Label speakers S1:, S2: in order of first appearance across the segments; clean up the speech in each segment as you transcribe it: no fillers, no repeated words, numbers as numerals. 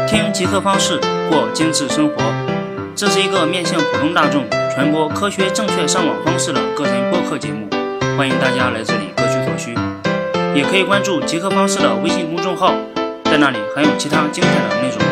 S1: 听极客方式过精致生活，这是一个面向普通大众传播科学正确上网方式的个人播客节目，欢迎大家来这里各取所需。也可以关注极客方式的微信公众号，在那里还有其他精彩的内容。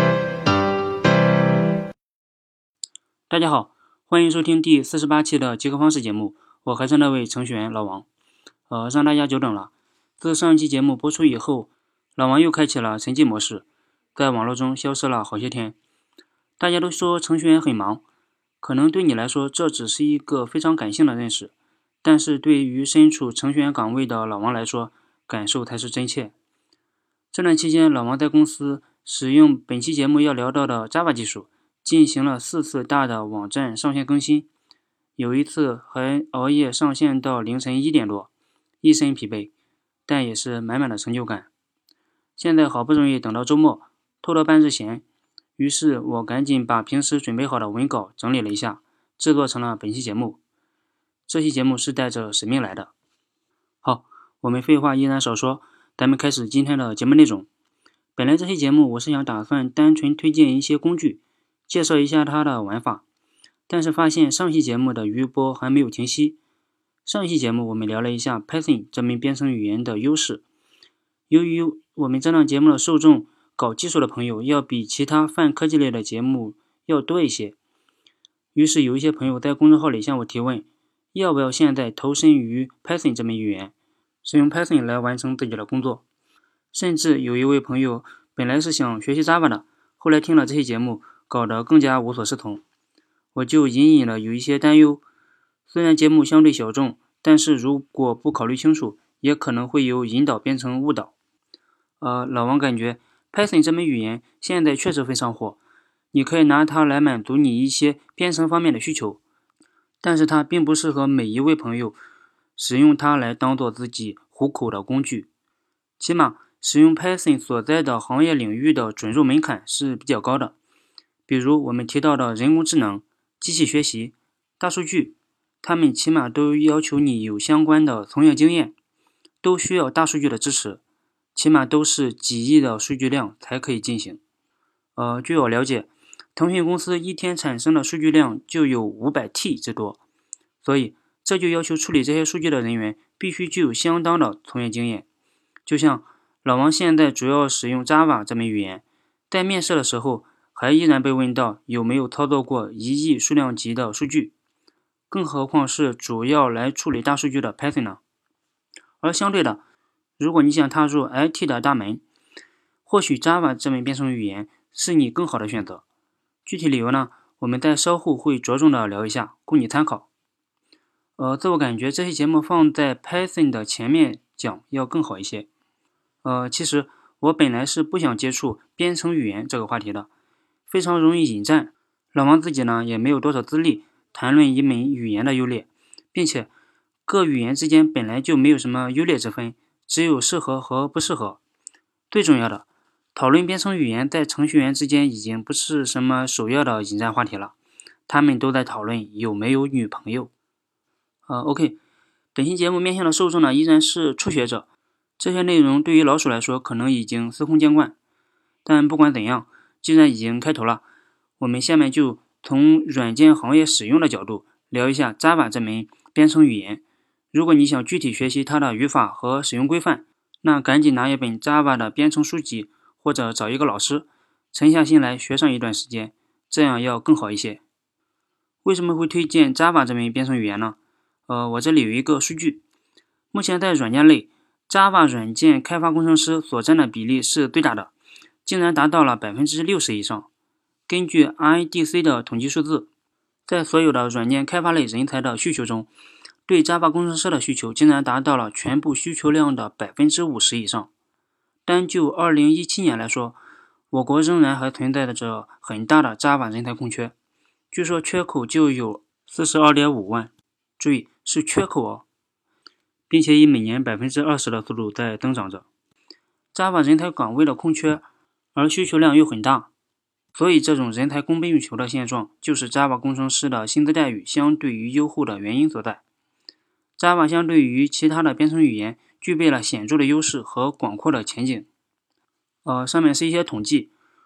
S1: 大家好，欢迎收听第48期的极客方式节目，我还是那位程序员老王。让大家久等了。自上一期节目播出以后，老王又开启了沉寂模式，在网络中消失了好些天。大家都说程序员很忙，可能对你来说这只是一个非常感性的认识，但是对于身处程序员岗位的老王来说，感受才是真切。这段期间，老王在公司使用本期节目要聊到的 Java 技术，进行了4次大的网站上线更新，有一次还熬夜上线到凌晨1点多，一身疲惫，但也是满满的成就感。现在好不容易等到周末，偷了半日闲，于是我赶紧把平时准备好的文稿整理了一下，制作成了本期节目。这期节目是带着使命来的。好，我们废话依然少说，咱们开始今天的节目内容。本来这期节目我是想打算单纯推荐一些工具，介绍一下它的玩法，但是发现上期节目的余波还没有停息。上一期节目我们聊了一下 Python 这门编程语言的优势。由于我们这档节目的受众搞技术的朋友要比其他泛科技类的节目要多一些，于是有一些朋友在公众号里向我提问，要不要现在投身于 Python 这门语言，使用 Python 来完成自己的工作。甚至有一位朋友本来是想学习 Java 的，后来听了这期节目搞得更加无所适从。我就隐隐的有一些担忧，虽然节目相对小众，但是如果不考虑清楚，也可能会由引导变成误导。老王感觉 Python 这门语言现在确实非常火，你可以拿它来满足你一些编程方面的需求，但是它并不适合每一位朋友使用它来当做自己糊口的工具。起码使用 Python 所在的行业领域的准入门槛是比较高的，比如我们提到的人工智能、机器学习、大数据，他们起码都要求你有相关的从业经验，都需要大数据的支持，起码都是几亿的数据量才可以进行。据我了解，腾讯公司一天产生的数据量就有500T 之多，所以这就要求处理这些数据的人员必须具有相当的从业经验。就像老王现在主要使用 Java 这门语言，在面试的时候还依然被问到有没有操作过1亿数量级的数据，更何况是主要来处理大数据的 Python 呢？而相对的，如果你想踏入 IT 的大门，或许 Java 这门编程语言是你更好的选择。具体理由呢，我们在稍后会着重的聊一下，供你参考。自我感觉这期节目放在 Python 的前面讲要更好一些。其实我本来是不想接触编程语言这个话题的，非常容易引战。老王自己呢也没有多少资历谈论一门语言的优劣，并且各语言之间本来就没有什么优劣之分，只有适合和不适合。最重要的，讨论编程语言在程序员之间已经不是什么首要的引战话题了，他们都在讨论有没有女朋友。OK， 本期节目面向的受众呢依然是初学者，这些内容对于老手来说可能已经司空见惯，但不管怎样，既然已经开头了，我们下面就从软件行业使用的角度聊一下 Java 这门编程语言。如果你想具体学习它的语法和使用规范，那赶紧拿一本 Java 的编程书籍，或者找一个老师沉下心来学上一段时间，这样要更好一些。为什么会推荐 Java 这门编程语言呢？我这里有一个数据，目前在软件类 Java 软件开发工程师所占的比例是最大的，竟然达到了 60% 以上。根据 IDC 的统计数字，在所有的软件开发类人才的需求中，对 Java 工程师的需求竟然达到了全部需求量的 50% 以上。单就2017年来说，我国仍然还存在着很大的 Java 人才空缺，据说缺口就有 42.5 万，注意是缺口哦，并且以每年 20% 的速度在增长着。Java 人才岗位的空缺，而需求量又很大，所以这种人才供不应求的现状，就是 Java 工程师的薪资待遇相对于优厚的原因所在。Java 相对于其他的编程语言具备了显著的优势和广阔的前景。上面是一些统计，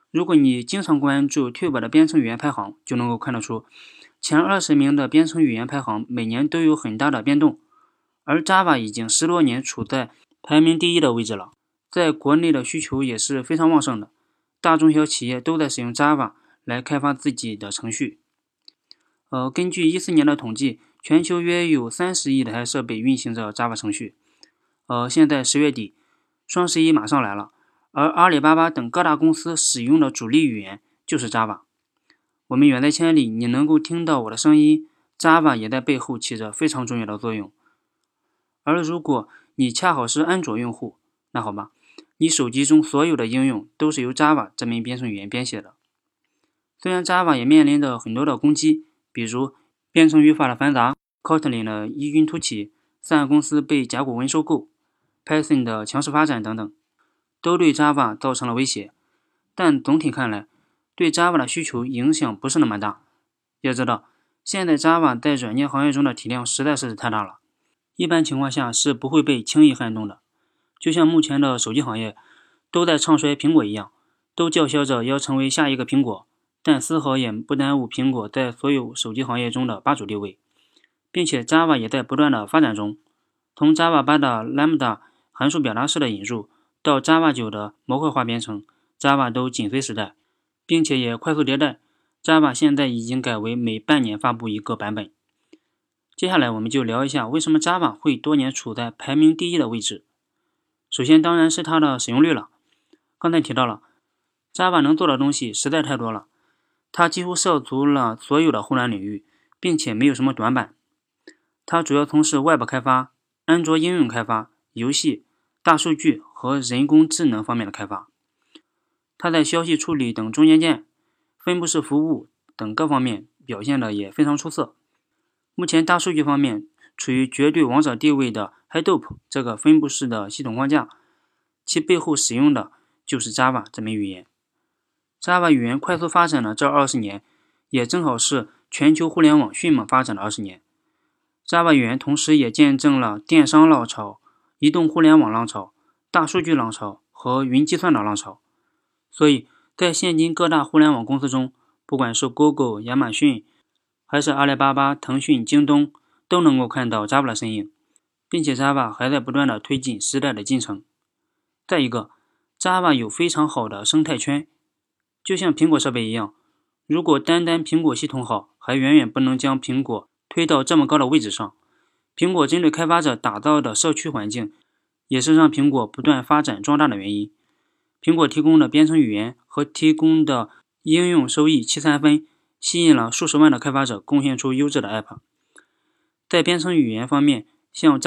S1: 如果你经常关注 Tube 的编程语言排行，就能够看得出，前20名的编程语言排行每年都有很大的变动，而 Java 已经10多年处在排名第1的位置了。在国内的需求也是非常旺盛的，大中小企业都在使用 Java 来开发自己的程序。根据14年的统计，全球约有30亿台设备运行着 Java 程序。现在10月底，双11马上来了，而阿里巴巴等各大公司使用的主力语言就是 Java。我们远在千里，你能够听到我的声音， Java 也在背后起着非常重要的作用。而如果你恰好是安卓用户，那好吧，你手机中所有的应用都是由 Java 这门编程语言编写的。虽然 Java 也面临着很多的攻击，比如编程语法的繁杂、Kotlin 的异军突起、3公司被甲骨文收购、Python 的强势发展等等，都对 Java 造成了威胁。但总体看来，对 Java 的需求影响不是那么大。要知道，现在 Java 在软件行业中的体量实在是太大了，一般情况下是不会被轻易撼动的。就像目前的手机行业都在唱衰苹果一样，都叫嚣着要成为下一个苹果，但丝毫也不耽误苹果在所有手机行业中的霸主地位。并且 Java 也在不断的发展中，从 Java 8的 Lambda 函数表达式的引入到 Java 9的模块化编程， Java 都紧随时代，并且也快速迭代。 Java 现在已经改为每半年发布一个版本。接下来我们就聊一下为什么 Java 会多年处在排名第1的位置。首先当然是它的使用率了。刚才提到了 Java 能做的东西实在太多了，它几乎涉足了所有的后端领域，并且没有什么短板。它主要从事 Web 开发、安卓应用开发、游戏、大数据和人工智能方面的开发。它在消息处理等中间件、分布式服务等各方面表现的也非常出色。目前大数据方面处于绝对王者地位的 Hadoop 这个分布式的系统框架，其背后使用的就是 Java 这门语言。Java 语言快速发展的这20年，也正好是全球互联网迅猛发展的20年。Java 语言同时也见证了电商浪潮、移动互联网浪潮、大数据浪潮和云计算的浪潮。所以在现今各大互联网公司中，不管是 Google、亚马逊，还是阿里巴巴、腾讯、京东，都能够看到 Java 的身影，并且 Java 还在不断的推进时代的进程。再一个， Java 有非常好的生态圈，就像苹果设备一样，如果单苹果系统好，还远远不能将苹果推到这么高的位置上。苹果针对开发者打造的社区环境，也是让苹果不断发展壮大的原因。苹果提供的编程语言和提供的应用收益7-3分，吸引了数十万的开发者贡献出优质的 App。 在编程语言方面，像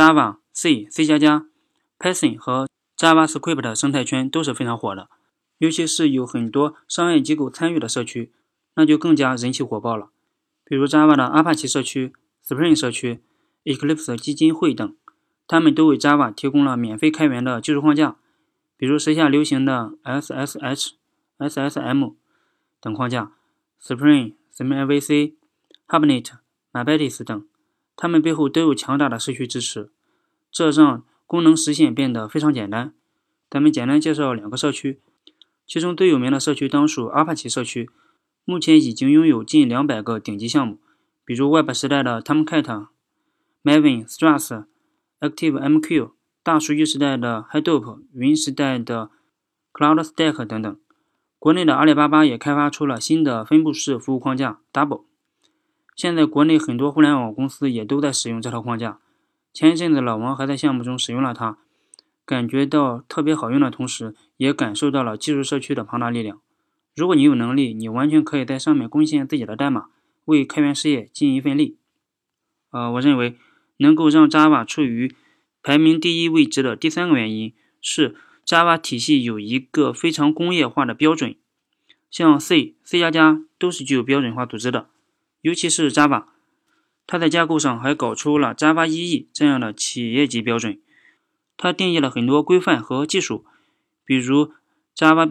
S1: Java、C、C++、Python 和 JavaScript 生态圈都是非常火的，尤其是有很多商业机构参与的社区，那就更加人气火爆了。比如 Java 的 Apache 社区、Spring 社区、Eclipse 基金会等，他们都为 Java 提供了免费开源的技术框架，比如时下流行的 SSH、SSM 等框架， Spring、MVC、Hibernate、MyBetis 等，它们背后都有强大的社区支持，这让功能实现变得非常简单。咱们简单介绍2个社区，其中最有名的社区当属 Apache 社区，目前已经拥有近200个顶级项目，比如 Web 时代的 Tomcat、Maven、Struts、ActiveMQ， 大数据时代的 Hadoop， 云时代的 CloudStack 等等。国内的阿里巴巴也开发出了新的分布式服务框架 Double， 现在国内很多互联网公司也都在使用这套框架。前一阵子老王还在项目中使用了它，感觉到特别好用的同时，也感受到了技术社区的庞大力量。如果你有能力，你完全可以在上面贡献自己的代码，为开源事业尽一份力。我认为能够让 Java 处于排名第1位置的第3个原因是 Java 体系有一个非常工业化的标准，像 C、C++ 都是具有标准化组织的，尤其是 Java， 它在架构上还搞出了 Java EE 这样的企业级标准。它定义了很多规范和技术，比如 Java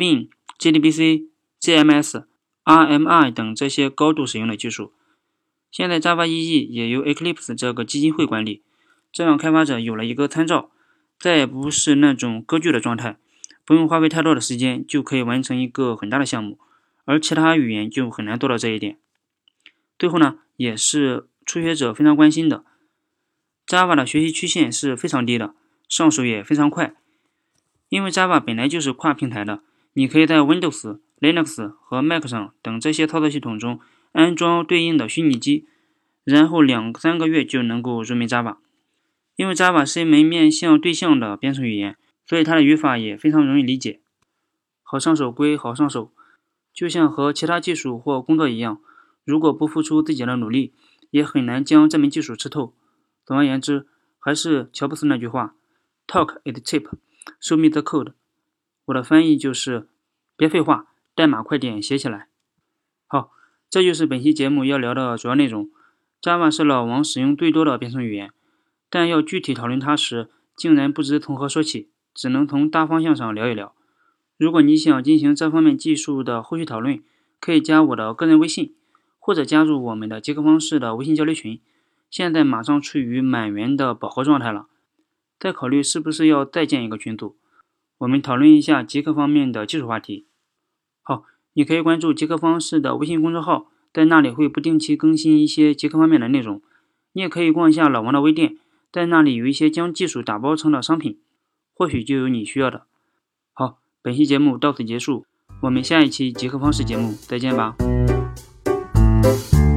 S1: Bean、JDBC、JMS、RMI 等这些高度使用的技术。现在 Java EE 也由 Eclipse 这个基金会管理，这让开发者有了一个参照，再也不是那种割据的状态， 不用花费太多的时间就可以完成一个很大的项目，而其他语言就很难做到这一点。最后呢，也是初学者非常关心的， Java 的学习曲线是非常低的，上手也非常快。因为 Java 本来就是跨平台的，你可以在 Windows、Linux 和 Mac 上等这些操作系统中安装对应的虚拟机，然后2-3个月就能够入门 Java。 因为 Java 是一门面向对象的编程语言，所以它的语法也非常容易理解。好上手归好上手，就像和其他技术或工作一样，如果不付出自己的努力，也很难将这门技术吃透。总而言之，还是乔布斯那句话 Talk is cheap, show me the code。 我的翻译就是别废话，代码快点写起来。好，这就是本期节目要聊的主要内容。 Java 是老王使用最多的编程语言，但要具体讨论它时，竟然不知从何说起，只能从大方向上聊一聊。如果你想进行这方面技术的后续讨论，可以加我的个人微信，或者加入我们的极客方式的微信交流群，现在马上处于满员的饱和状态了，再考虑是不是要再建一个群组，我们讨论一下极客方面的技术话题。好，你可以关注极客方式的微信公众号，在那里会不定期更新一些极客方面的内容。你也可以逛一下老王的微店，在那里有一些将技术打包成的商品，或许就有你需要的。好，本期节目到此结束，我们下一期极客方式节目再见吧。